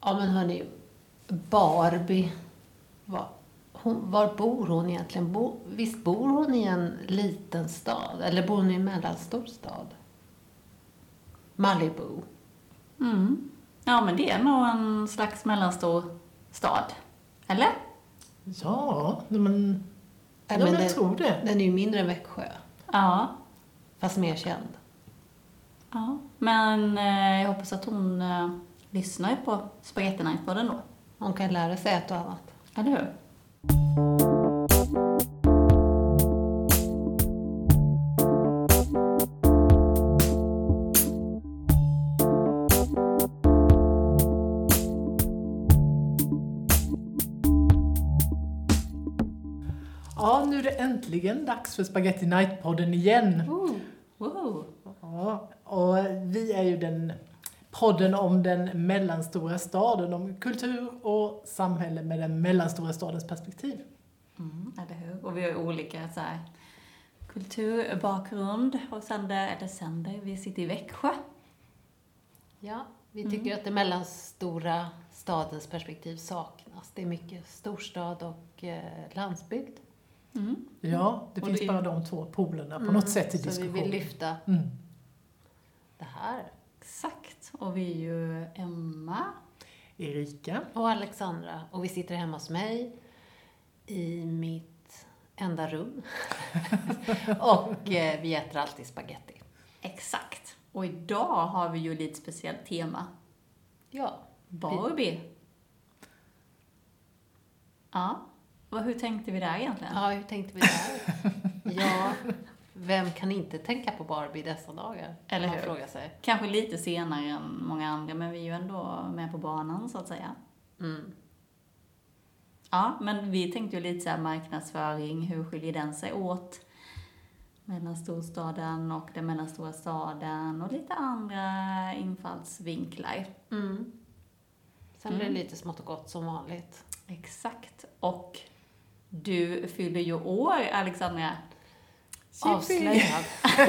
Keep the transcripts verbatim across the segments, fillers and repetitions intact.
Ja, men hörni, Barbie, var, hon, var bor hon egentligen? Bo, visst bor hon i en liten stad? Eller bor hon i en mellanstor stad? Malibu. Mm. Ja, men det är nog en slags mellanstor stad. Eller? Ja, men, ja, men men jag den, tror det. Den är ju mindre än Växjö. Ja. Fast mer känd. Ja, men eh, jag hoppas att hon eh, lyssnar på Spaghetti Night-podden då. Hon kan lära sig ett och annat. Eller hur? Ja, nu är det äntligen dags för Spaghetti Night-podden igen. Oh, wow. Ja, och vi är ju den podden om den mellanstora staden, om kultur och samhälle med den mellanstora stadens perspektiv. Mm, eller hur? Och vi har olika så här, kulturbakgrund och sänder, eller sänder, vi sitter i Växjö. Ja, vi tycker Mm. att det mellanstora stadens perspektiv saknas. Det är mycket storstad och eh, landsbygd. Mm. Ja, det Och finns det är- bara de två polerna på Mm, något sätt i så diskussionen. vi vill lyfta Mm. det här. Exakt. Och vi är ju Emma. Erika. Och Alexandra. Och vi sitter hemma hos mig i mitt enda rum. och eh, vi äter alltid spaghetti. Exakt. Och idag har vi ju lite speciellt tema. Ja. Barbie. Ja. Vad, hur tänkte vi där egentligen? Ja, hur tänkte vi där? ja, vem kan inte tänka på Barbie dessa dagar? Eller Man hur? frågar sig. Kanske lite senare än många andra, men vi är ju ändå med på banan så att säga. Mm. Ja, men vi tänkte ju lite så här marknadsföring, hur skiljer den sig åt mellan storstaden och den mellanstora staden och lite andra infallsvinklar. Mm. Sen blir det Mm. lite smått och gott som vanligt. Exakt. Och du fyller ju år, Alexandra. Avslöjad.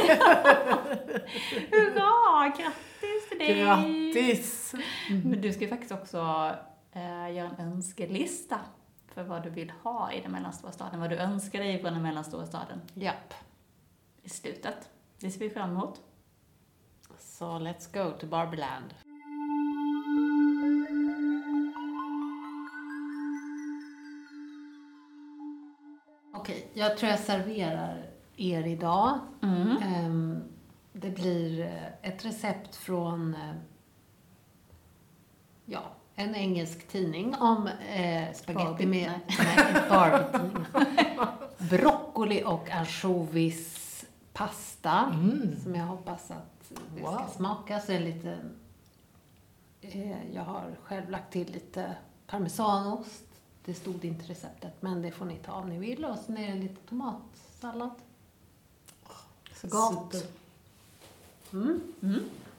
Hurra! Grattis till dig! Grattis! Men du ska ju faktiskt också eh, göra en önskelista för vad du vill ha i den mellanstora staden. Vad du önskar dig från den mellanstora staden Japp. i slutet. Det ser vi fram emot. Så let's go to Barbieland. Okej, jag tror jag serverar er idag. Mm. Ehm, Det blir eh, ett recept från eh, ja, en engelsk tidning om eh, spaghetti Barbie, med nej. nej, Barbie-tidning. Broccoli och ansjovis pasta Mm. som jag hoppas att det Wow. ska smaka. Så är det lite, eh, jag har själv lagt till lite parmesanost. Det stod inte i receptet, men det får ni ta om ni vill. Och sen är det lite tomatsallad. Så gott. Super. Mm. Mm.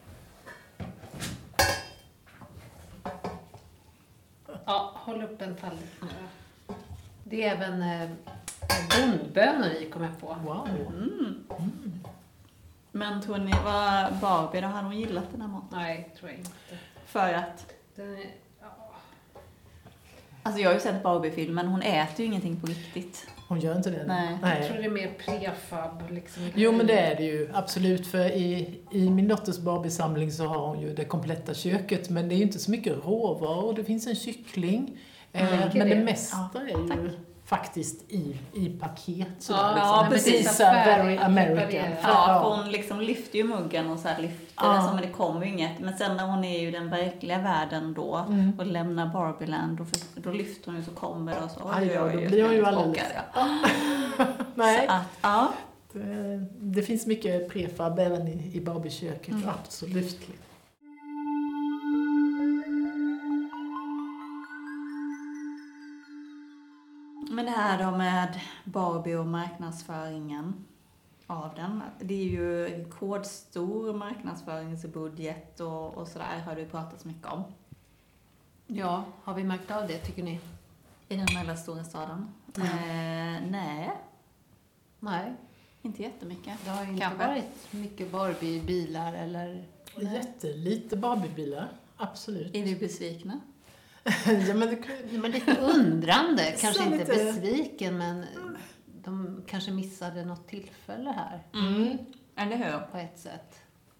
Ja, håll upp en tallrik nu då. Det är även eh, bondbönor i, kommer jag på. Wow. Mm. Men tror ni, vad Barbie då, hade hon gillat den här maten? Nej, tror jag inte. För att, Den är, ja. alltså jag har ju sett Barbie-filmen, hon äter ju ingenting på riktigt. Hon gör inte det? Nej. Jag tror det är mer prefab. Liksom. Jo, men det är det ju. Absolut. För i, i min dotters Barbie-samling så har hon ju det kompletta köket. Men det är ju inte så mycket råvaror. Det finns en kyckling. Eh, Mm. men det det. mesta Ja, är ju tack. faktiskt i, i paket. Sådär, Ja, liksom. ja, men det är precis. så uh, färdigt, very American. preparerat. Ja, för hon liksom lyfter ju muggen och så här lyfter Ja. den, så, men det kommer ju inget. Men sen när hon är ju i den verkliga världen då Mm. och lämnar Barbieland, då, för, då lyfter hon ju så kommer det och så. Aj, ja, oj, då oj, blir hon ju jag är alldeles- chockad, ja. Nej, Så att, ja. det, det finns mycket prefab även i, i Barbie-köket. Mm. Absolut. Men det här då med Barbie och marknadsföringen av den. Det är ju rekordstor marknadsföringsbudget och, och sådär har du pratat mycket om. Ja, har vi märkt av det, tycker ni? I den mellanstora staden. Mm. Eh, nej, Nej, inte jättemycket. det har ju inte Kanske. varit mycket Barbie-bilar eller... Jättelite Barbie-bilar. Absolut. Är vi besvikna? ja, men det, Men lite undrande, kanske Så inte lite- besviken, men de kanske missade något tillfälle här mm. Eller hur? på ett sätt.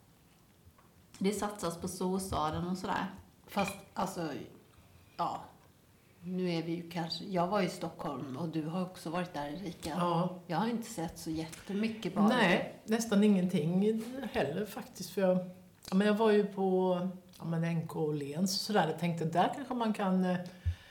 Det satsas på storstaden och sådär. Fast alltså, ja, nu är vi ju kanske, jag var i Stockholm och du har också varit där, Erika. Ja. Jag har inte sett så jättemycket bara. Nej, nästan ingenting heller faktiskt. För jag, ja, men jag var ju på ja, men N K och Lens och sådär. Jag tänkte där kanske man kan eh,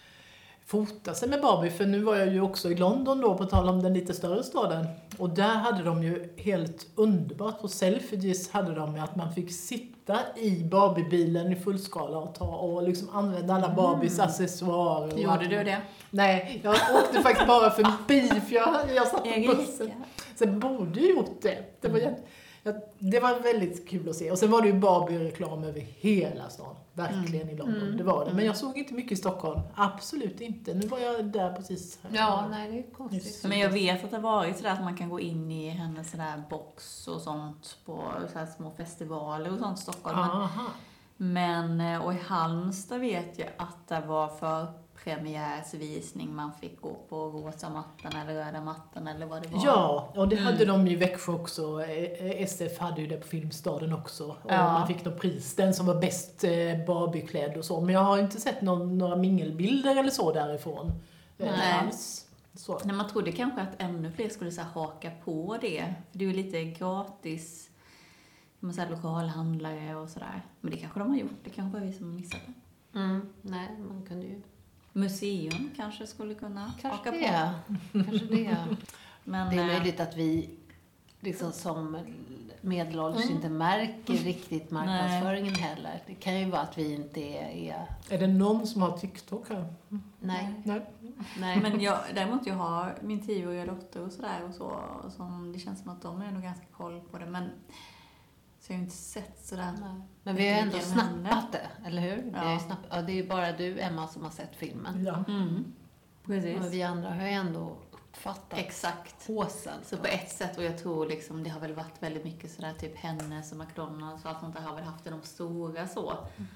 fota sig med Barbie. För nu var jag ju också i London då, på tal om den lite större staden. Och där hade de ju helt underbart. På Selfridges hade de att man fick sitta i Barbie-bilen i fullskala och ta och liksom använda alla Barbies accessoarer. och Gjorde allt. du det? Nej, jag åkte faktiskt bara förbi för jag, jag satt på bussen. Erika. Så jag borde ju gjort det. Det var, jätte, ja, det var väldigt kul att se. Och sen var det ju Barbie-reklam över hela stan. Verkligen i London. Mm. Det var det. Men jag såg inte mycket i Stockholm. Absolut inte. Nu var jag där precis. Här. Ja, nej, det är konstigt. Just. Men jag vet att det har varit sådär att man kan gå in i hennes sådär box och sånt på sådär små festivaler och sånt i Stockholm. Aha. Men, och i Halmstad vet jag att det var för premiärsvisning man fick gå på rosa mattan eller röda mattan eller vad det var. Ja, och det hade Mm. de ju i Växjö också. Eh, S F hade ju det på Filmstaden också. Och Ja. man fick något pris. Den som var bäst eh, Barbie-klädd och så. Men jag har inte sett någon, några mingelbilder eller så därifrån. Eh, Nej. Alls. Så. Nej, man trodde kanske att ännu fler skulle så här haka på det. För det är ju lite gratis, kan man säga, lokalhandlare och sådär. Men det kanske de har gjort. Det kanske var vi som har missat det. Mm, nej, man kunde ju... Museum kanske skulle kunna Kanske haka på. det. Kanske det. Men, Det är eh, möjligt att vi liksom som medelålders Mm. inte märker riktigt marknadsföringen heller. Det kan ju vara att vi inte är... är Är det någon som har TikTok här? nej, Nej. nej. Men jag, däremot jag har min tioåriga dotter och sådär och så. Som det känns som att de är nog ganska koll på det. Men så jag har inte sett sådär. Nej. Men vi har ju ändå Vilken snappat det, eller hur? Vi har ju Ja. snappat, ja, det är ju bara du, Emma, som har sett filmen. Ja. Mm. Precis. Och vi andra har ju ändå uppfattat Exakt. påsen. Så på ett sätt, och jag tror liksom det har väl varit väldigt mycket sådär typ Hennes och McDonalds och allt sånt där har väl haft de stora så.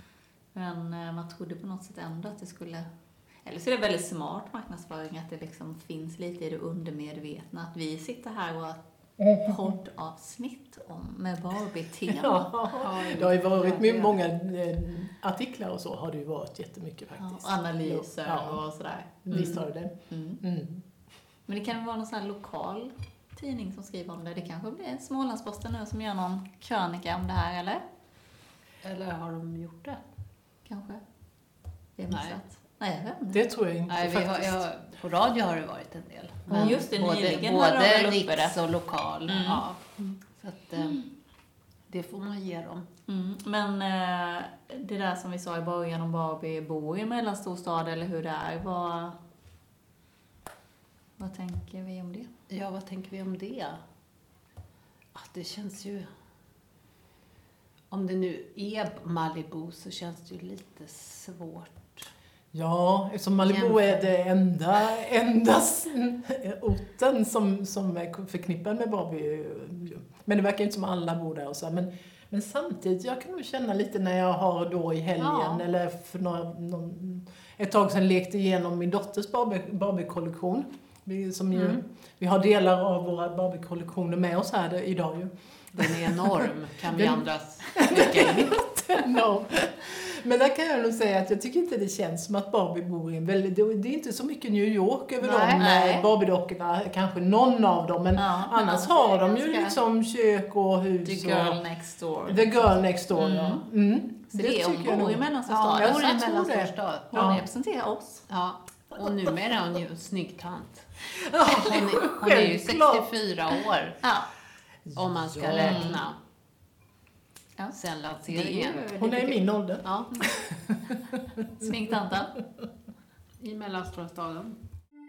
Men eh, man trodde på något sätt ändå att det skulle, eller så är det väldigt smart marknadsföring att det liksom finns lite i det undermedvetna att vi sitter här och har ett poddavsnitt om med Barbie-tema. Ja, det har ju varit med många eh, artiklar och så har det ju varit jättemycket Ja, faktiskt. och analyser Ja. och sådär. Visst har det. Mm. Mm. Men det kan vara någon sån här lokal tidning som skriver om det. Det kanske blir Smålandsposten nu som gör någon krönika om det här, eller? Eller har de gjort det? Kanske? Det är Nej. missat. Nej, jag vet inte. Det tror jag inte Nej, vi har, faktiskt. jag, på radio har det varit en del. Ja, just det, både, nyligen har de både väl uppe riks det. och lokal. Mm. Ja. Så att, eh, det får man ge dem. Mm. Men eh, det där som vi sa i början om Barbie bor i en mellanstorstad eller hur det är, vad, vad tänker vi om det? Ja, vad tänker vi om det? Ah, det känns ju... Om det nu är Malibu så känns det ju lite svårt. Ja, eftersom Malibu är det enda, enda s- orten som, som är förknippad med Barbie. Men det verkar inte som alla bor där och så. Men, men samtidigt, jag kan nog känna lite när jag har då i helgen Ja. eller för några, någon, ett tag sedan lekte igenom min dotters Barbie, Barbie-kollektion. Vi, som ju, Mm. vi har delar av våra Barbie-kollektioner med oss här idag ju. Den är enorm, kan vi Den- andra stryka in. No. Men där kan jag nog säga att jag tycker inte det känns som att Barbie bor i en väldigt... Det är inte så mycket New York över Nej, de nej. eh, Barbie-dockorna, kanske någon av dem. Men Ja, annars men har det är de ju ganska- liksom kök och hus. The och, girl next door. The girl next door, ja. Mm. Mm. Så det är tycker jag hon bor nog. i mellanstorstaden. Ja, hon är jag en tror det. mellanstorstad. Hon Ja. representerar oss. Ja, och numera är hon ju en snygg tant. Ja, Hon är, hon är ju självklart. sextiofyra år, Ja. om man ska Ja. räkna Ja. sen Det är lanseringen. ju Hon är i min ålder. Ja, sminktanten. i mellanstorstaden.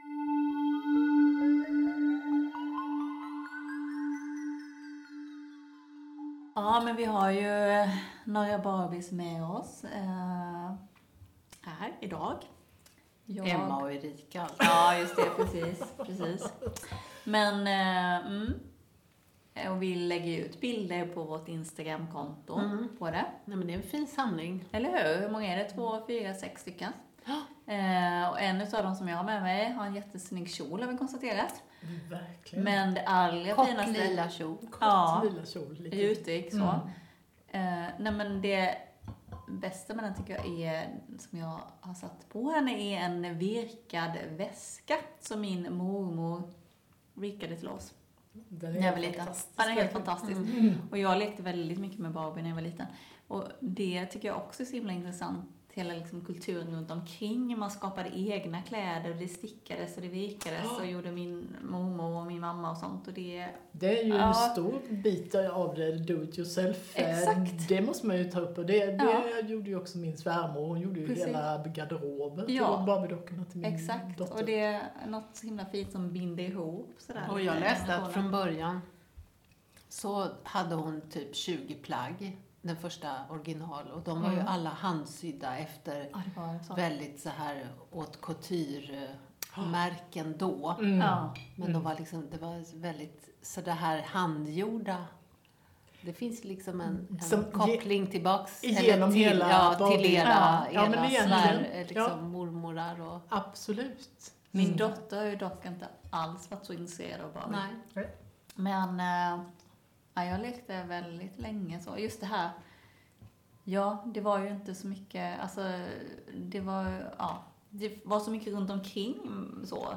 Ja, men vi har ju några Barbies med oss eh, här idag. Jag... Emma och Erika. alltså. Ja, just det. Precis. precis. Men, eh, mm. Och vi lägger ut bilder på vårt Instagram-konto Mm. på det. Nej, men det är en fin samling. Eller hur? Hur många är det? Två, fyra, sex stycken? Eh, och en av dem som jag har med mig har en jättesnygg kjol, har vi konstaterat. Verkligen. Men det allra Kort finaste... lila kjol. Kort Ja. lila kjol. Lite. Utik så. Mm. Eh, nej men det bästa med den tycker jag är, som jag har satt på henne, är en virkad väska som min mormor virkade till oss. Den När jag var liten. fantastisk. Ja, den är helt fantastisk. Mm. Och jag lekte väldigt mycket med Barbie när jag var liten. Och det tycker jag också är så himla intressant. Hela liksom kulturen runt omkring. Man skapade egna kläder och det stickades och det virkades Ja. och gjorde min mormor och min mamma och sånt. Och det, Det är ju Ja. en stor bit av det, do it yourself. Exakt. Det måste man ju ta upp. Och det, det Ja. gjorde ju också min svärmor. Hon gjorde ju Precis. hela garderoben Ja. till Barbie-dockorna till min exakt. dotter. Och det är något så himla fint som binder ihop. Sådär. Och jag läste att från början så hade hon typ tjugo plagg, den första original. Och de var ju Mm. alla handsydda efter Ja, det var så. väldigt så här haute couture-märken då. Mm. Ja. Men de var liksom, det var väldigt, så det här handgjorda, det finns liksom en, en Som koppling tillbaks genom till, hela ja, Barbie. till era, Ja, ja, era men egentligen, svär, eh, liksom ja. mormorar och... Absolut. Min Mm. dotter har ju dock inte alls varit så intresserad av Barbie. Nej. Men äh, ja, jag lekte väldigt länge så. Just det här. Ja, det var ju inte så mycket, alltså det var, ja, det var så mycket runt omkring så.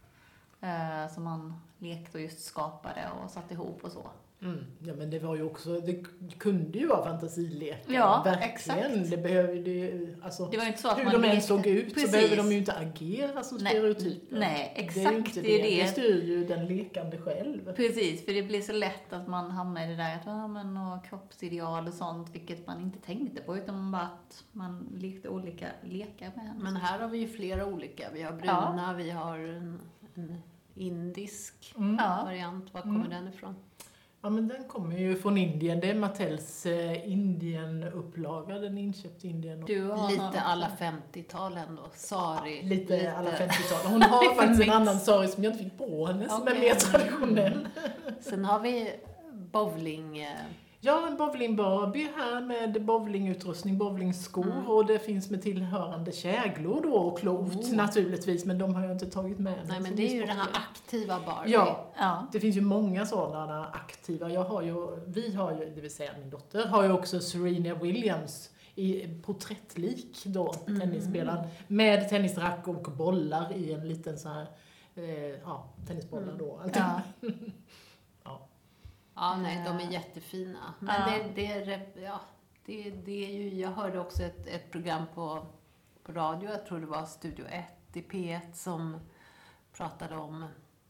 Eh, som man lekte och just skapade och satte ihop och så. Mm. Ja, men det var ju också, det kunde ju vara fantasilekar. Ja, verkligen. exakt. Det behöver det, alltså, Det var ju inte så att hur man de än lekte- såg ut Precis. så behöver de ju inte agera som Nej, stereotyper. nej, Det är exakt, ju inte det är det. det. Det styr ju den lekande själv. Precis, för det blir så lätt att man hamnar i det där att, ja men och kroppsideal och sånt, vilket man inte tänkte på, utan man bara att man lekte olika lekar med henne. Men här har vi ju flera olika. Vi har bruna, vi har en, en indisk Mm. Ja. variant. Var kommer Mm. den ifrån? Ja, men den kommer ju från Indien. Det är Mattels eh, Indien-upplaga. Den är inköpt i Indien. Och Du har någon- Lite alla femtiotal ändå. Sari. lite, alla femtiotal. Hon har faktiskt en mix. annan sari som jag inte fick på henne, som är Okej. mer traditionell. Sen har vi bowling. eh, Ja, en bowling-Barbie här med bowlingutrustning, bowlingskor Mm. och det finns med tillhörande käglor då och klot Oh. naturligtvis, men de har jag inte tagit med. Nej, men som det är i ju den här sporten. aktiva Barbie. Ja, Ja. det finns ju många sådana aktiva. Jag har ju, vi har ju, det vill säga min dotter, har ju också Serena Williams i porträttlik då, Mm. tennisspelaren, med tennisrack och bollar i en liten så här, eh, ja, tennisbollar Mm. då. Ja. Ja, nej, de är jättefina. Men Ja. det, det, är, rep- ja, det, det är ju, jag hörde också ett, ett program på, på radio, jag tror det var Studio ett i P ett, som pratade om,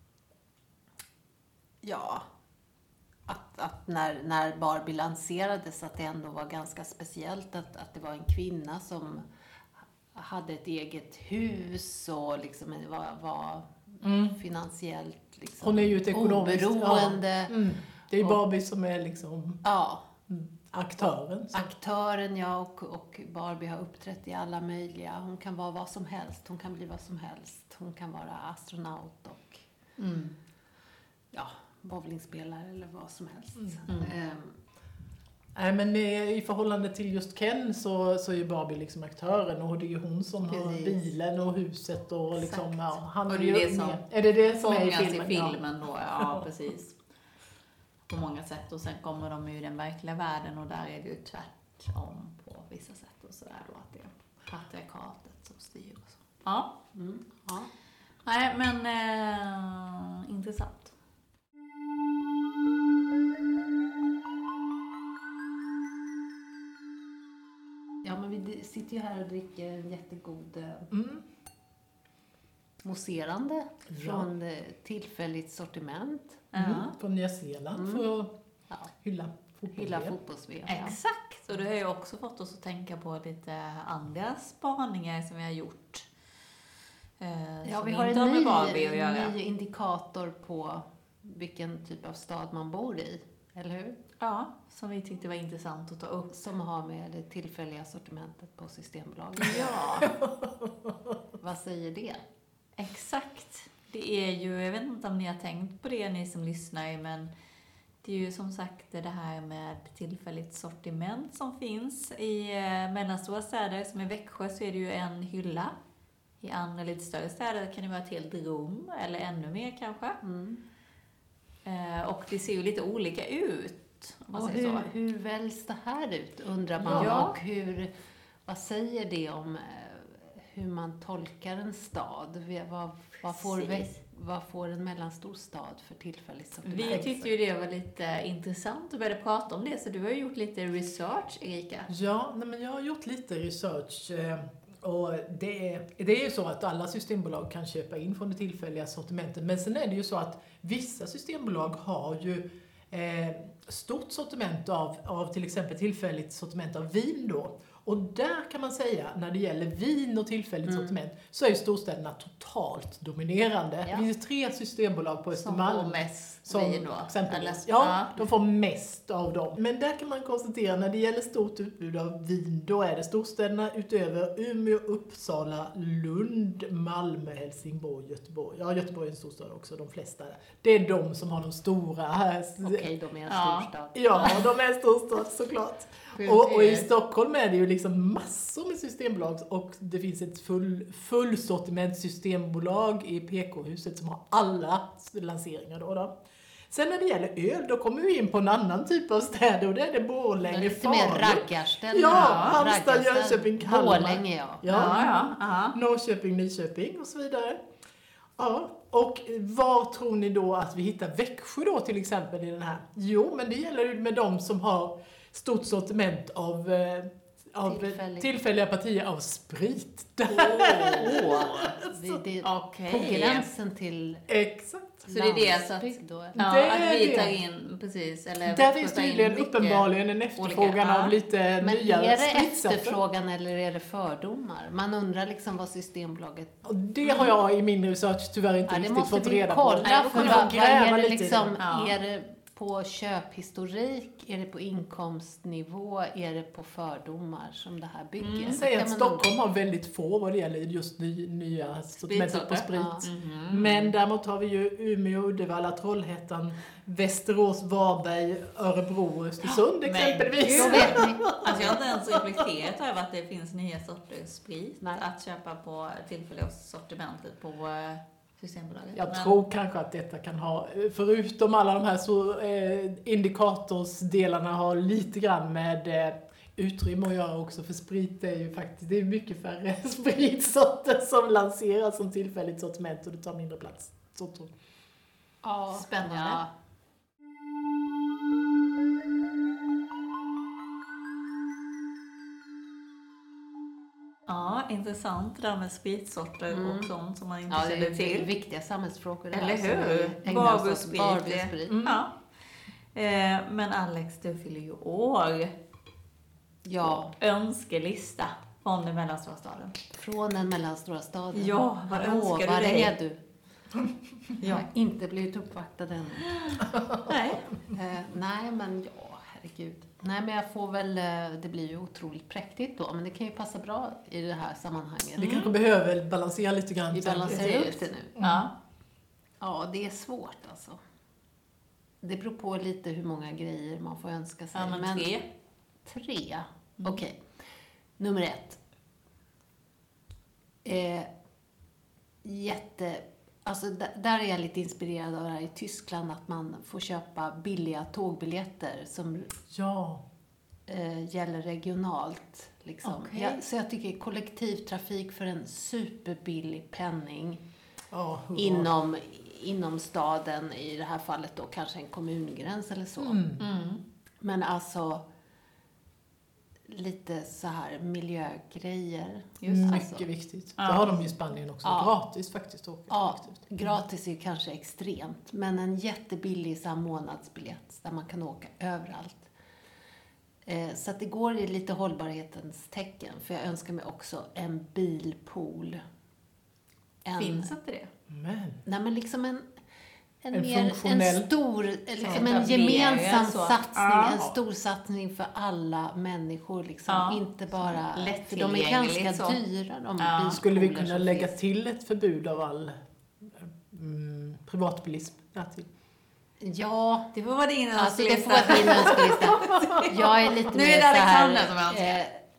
ja, att, att när, när Barbie lanserades, att det ändå var ganska speciellt att, att det var en kvinna som hade ett eget hus och liksom var, var Mm. finansiellt liksom Hon är ju ett ekonomiskt oberoende. Ja. Mm. Det är ju Och- Barbie som är liksom Ja, mm, aktören. Så. aktören, ja, och, och Barbie har uppträtt i alla möjliga. Hon kan vara vad som helst, hon kan bli vad som helst. Hon kan vara astronaut och Mm. ja, bowlingspelare eller vad som helst. Mm. Ehm, Nej, men eh, i förhållande till just Ken så, så är ju Barbie liksom aktören och det är ju hon som har Precis. bilen och huset och liksom, Exakt. ja, han Och är det ju är det som med. Är det det som är i Fångas i filmen? filmen då, ja precis. På många sätt. Och sen kommer de ju i den verkliga världen och där är det ju tvärtom på vissa sätt och sådär då, att det är patriarkatet som styr och så. Ja, mm, ja. nej men eh, intressant. Ja, men vi sitter ju här och dricker en jättegod eh, Mm. mousserande Ja. från eh, tillfälligt sortiment. Mm. Ja. Från Nya Zeeland Mm. för att Ja, hylla fotboll. hylla fotbolls-V M. Ja. Exakt, och det har ju också fått oss att tänka på lite andra spaningar som vi har gjort. Eh, Ja, som vi har inte en med ny, Barbie att göra. ny indikator på vilken typ av stad man bor i, eller hur? Ja, som vi tyckte var intressant att ta upp. Som har med det tillfälliga sortimentet på Systembolaget. Ja, Vad säger det? exakt. Det är ju, jag vet inte om ni har tänkt på det, ni som lyssnar, men det är ju som sagt det här med tillfälligt sortiment som finns i eh, mellanstora städer. Som i Växjö så är det ju en hylla I andra lite större städer kan det vara ett helt rum eller ännu mer kanske. Mm. Eh, och det ser ju lite olika ut. Om man Och säger hur, så. hur väljs det här ut, undrar man. Ja. Och hur, vad säger det om eh, hur man tolkar en stad? Vi- Vad, vad, får, Precis. vä- vad får en mellanstor stad för tillfälligt sortiment? Vi tyckte ju det var lite intressant och började prata om det. Så du har ju gjort lite research, Erika. Ja, nej, men jag har gjort lite research. Eh, och det är, det är ju så att alla systembolag kan köpa in från det tillfälliga sortimentet. Men sen är det ju så att vissa systembolag har ju eh, stort sortiment av, av till exempel tillfälligt sortiment av vin då. Och där kan man säga, när det gäller vin och tillfälligt Mm. sortiment, så är ju storstäderna totalt dominerande. Ja. Det finns tre systembolag på Som Östermalm. får mest Som vin då. exempelvis. Eller? Ja, de får mest av dem. Men där kan man konstatera, när det gäller stort utbud av vin, då är det storstäderna utöver Umeå, Uppsala, Lund, Malmö, Helsingborg, Göteborg. Ja, Göteborg är en storstad också, de flesta. Det är de som har de stora här. Okej, de är en Ja. storstad. Ja, de är en storstad såklart. Och, och i Stockholm är det ju liksom massor med systembolag och det finns ett full, fullsortiment systembolag i P K-huset som har alla lanseringar då, då. Sen när det gäller öl, då kommer vi in på en annan typ av städer och det är det Det Borlänge, är lite mer Falun. raggarställen. Ja, Ja, Halmstad, raggarställen. Jönköping, Kalmar. Borlänge, ja. Ja, Ja, ja. ja. Norrköping, Nyköping och så vidare. Ja, och var tror ni då att vi hittar Växjö då till exempel i den här? Jo, men det gäller ju med de som har stort sortiment av, eh, av Tillfällig. tillfälliga partier av sprit. Åh, det, det är Okej. på gränsen till Exakt. Så det är det så att, landsbygd då. ja, Det att är vi det. tar in, precis. Eller Där vi finns tar in tydligen mycket. uppenbarligen en efterfrågan olika, ja. av lite Men nya är det spritsorter. efterfrågan eller är det fördomar? Man undrar liksom vad Systembolaget... Och det har jag i min research tyvärr inte Ja, det riktigt måste fått vi reda på. kolla, Nej, då för får vi vad, vad gräva är det lite i det. liksom, Ja. är det på köphistorik, är det på inkomstnivå, är det på fördomar som det här bygger? Mm. Jag Det säger kan att man Stockholm har väldigt få vad det gäller just ny, nya sortimentet på Spritsorter. sprit. Ja. Mhm. Men däremot har vi ju Umeå, Uddevalla, Trollhättan, Västerås, Varberg, Örebro och Östersund Men exempelvis. Då vet ni. Alltså jag har inte ens reflekterat över att det finns nya sorters sprit Nej. att köpa på tillfälliga sortimentet på eh, Systembolaget. Jag Men- tror kanske att detta kan ha, förutom alla de här så eh, indikatorsdelarna, har lite grann med eh, utrymme att göra också, för sprit är ju faktiskt, det är mycket färre spritsorter som lanseras som tillfälligt sortiment och det tar mindre plats. Så tror jag. Ja, Spännande. ja. Ja, intressant det där med spritsorter Mm. och sånt som man inte Ja, det känner är till. viktiga samhällsfrågor. det Eller här som hur? vi ägnar oss åt. Barbrosprit. Barbrosprit. Mm. Ja. Eh, men Alex, du fyller ju år. Ja, Önskelista från den mellanstora staden. från den mellanstora staden. Ja, vad Hallå, önskar du var dig? är du? Jag har inte blivit uppvaktad än. Nej. Eh, nej, men ja, herregud. Nej, men jag får väl, eh, det blir ju otroligt präktigt då, men det kan ju passa bra i det här sammanhanget. Vi kanske behöver balansera lite grann. Vi tänker jag. balanserar upp det nu. Ja. Ja, det är svårt alltså. Det beror på lite hur många grejer man får önska sig. Ja, men tre. Tre? Mm. Okej. Nummer ett. Eh, jätte... Alltså, d- där är jag lite inspirerad av det här i Tyskland, att man får köpa billiga tågbiljetter som Ja. eh, gäller regionalt. Liksom. Okej. Jag, så jag tycker kollektivtrafik för en superbillig penning Ja, hurra. inom, inom staden, i det här fallet då kanske en kommungräns eller så. Mm. Mm. Men alltså lite så här miljögrejer. Mycket Alltså, viktigt. Ja. Det har de ju i Spanien också. Ja. Gratis faktiskt. Åka ja, kollektivt. gratis är ju kanske extremt, men en jättebillig så här månadsbiljett där man kan åka överallt. Eh, så att det går i lite hållbarhetens tecken, för jag önskar mig också en bilpool. En, Finns inte det? Men. Nej, men liksom en, en, En mer, funktionell- en stor, liksom Ja, en gemensam så. satsning, Ja. en stor satsning för alla människor, liksom. Ja. Inte bara, för de är Lättillgängligt ganska så. dyra, de Ja. bilpooler Skulle vi kunna som lägga finns. till ett förbud av all mm, privatbilism därtill? Ja, Det får vara din alltså det får önskelista. vara min önskelista. Jag är lite Nu mer är det så här, Alexandra som önskar. eh,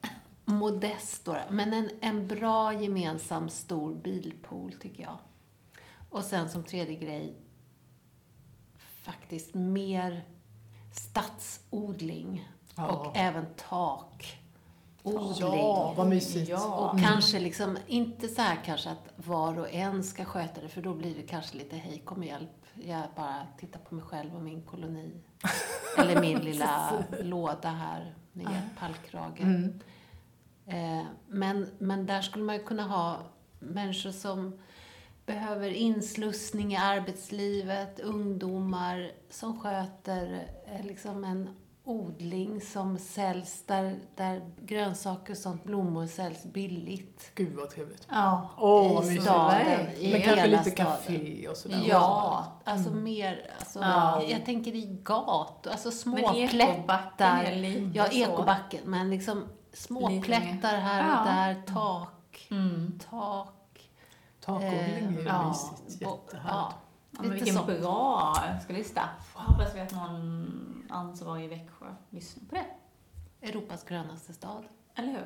modest då, men en, en bra gemensam stor bilpool tycker jag. Och sen som tredje grej faktiskt mer stadsodling Ja. och även tak. Odling. Ja, vad mysigt. Ja. Och Mm. kanske liksom, inte så här kanske att var och en ska sköta det, för då blir det kanske lite hej, kom hjälp. Jag bara tittar på mig själv och min koloni. Eller min lilla låda här med pallkrage. Mm. Eh, men, men där skulle man ju kunna ha människor som behöver inslussning i arbetslivet, ungdomar som sköter eh, liksom en odling som säljs där, där grönsaker och sånt, blommor säljs billigt. Gud vad trevligt. Ja. Åh, vad I mysigt. staden, i Men kanske hela lite staden. café och sådär. Ja, alltså mer, alltså, Ja. jag tänker i gat, alltså små Men ekobacken plättar. är lite Ja, så. ekobacken, men liksom små Lite plättar här Ja. och där, tak, Mm. tak. Takodling är ju Ja, mysigt. bo- Jättehärligt. ja, Ja, men lite vilken sånt. bra önskelista. Hoppas vi att någon ansvarig i Växjö lyssnar på det. Europas grönaste stad. Eller hur?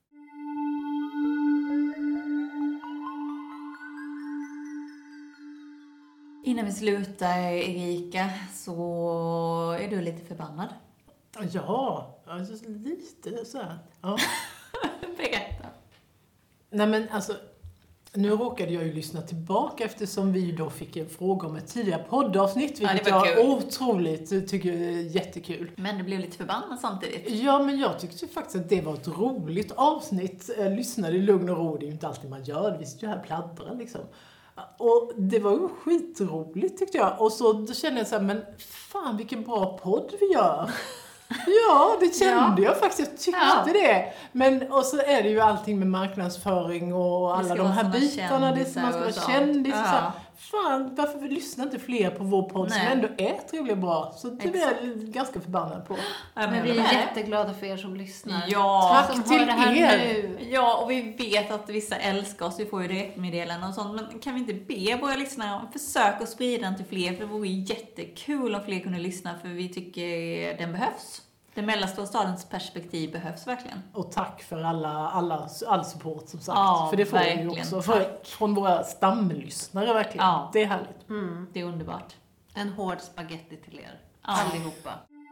Innan vi slutar, Erika, så är du lite förbannad. Ja, alltså lite så här. Ja. Berätta. Nej men alltså, nu råkade jag ju lyssna tillbaka eftersom vi då fick en fråga om ett tidigare poddavsnitt, Ja, det vilket var jag kul. otroligt tycker är jättekul. Men du blev lite förbannad samtidigt. Ja, men jag tyckte faktiskt att det var ett roligt avsnitt. Jag lyssnade i lugn och ro, det är ju inte alltid man gör, vi sitter ju här och pladdrar liksom. Och det var ju skitroligt tyckte jag. Och så då kände jag så här, men fan vilken bra podd vi gör. Ja, det kände Ja. jag faktiskt. Jag tyckte Ja. det. Men, och så är det ju allting med marknadsföring och Det alla ska de vara här såna bitarna. Det som man ska kändisar vara och sånt. kändis. Ja. Så här, fan, varför vi lyssnar inte fler på vår podd som Nej. ändå är trevlig och bra? Så det Exakt. är jag ganska förbannad på. Ja, Men vi jag är med. jätteglada för er som lyssnar. Ja, som tack hör till det här er. nu. Ja, och vi vet att vissa älskar oss, vi får ju direktmeddelanden och sånt, men kan vi inte be våra lyssnare om försök att sprida den till fler, för det vore ju jättekul om fler kunde lyssna, för vi tycker den behövs. Den mellanstora stadens perspektiv behövs verkligen. Och tack för alla, alla, all support som sagt. Ja, för det får vi ju verkligen. också. För, från våra stamlyssnare verkligen. Ja. Det är härligt. Mm. Det är underbart. En hård spaghetti till er. Ja. Allihopa.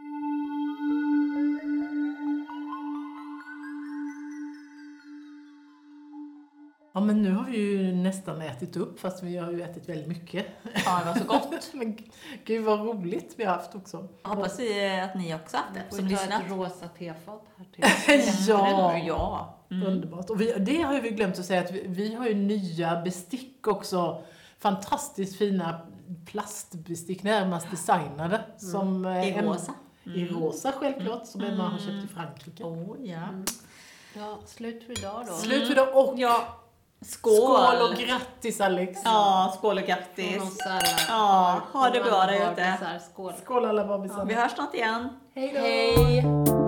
Ja, men nu har vi ju nästan ätit upp, fast vi har ju ätit väldigt mycket. Ja, det var så gott. Men gud vad roligt vi har haft också. Hoppas vi att ni också haft det, Får som vi ta lyssnat. ett rosa tefat här till. Ja, Ja. Mm. underbart. Och vi, det har ju vi glömt att säga att vi, vi har ju nya bestick också. Fantastiskt fina plastbestick, närmast designade. Som, eh, I en- rosa. I rosa självklart, som Mm. Emma har köpt i Frankrike. Oh, ja. Mm. Ja, slut för idag då. Slut för idag och Ja. Skål! skål och grattis Alex! Ja, skål och Från grattis. oss alla. Ja, ha det Från bra alla där ute. bebisar. Skål. Skål alla babysar! Vi hörs snart igen. Hej då! Hej!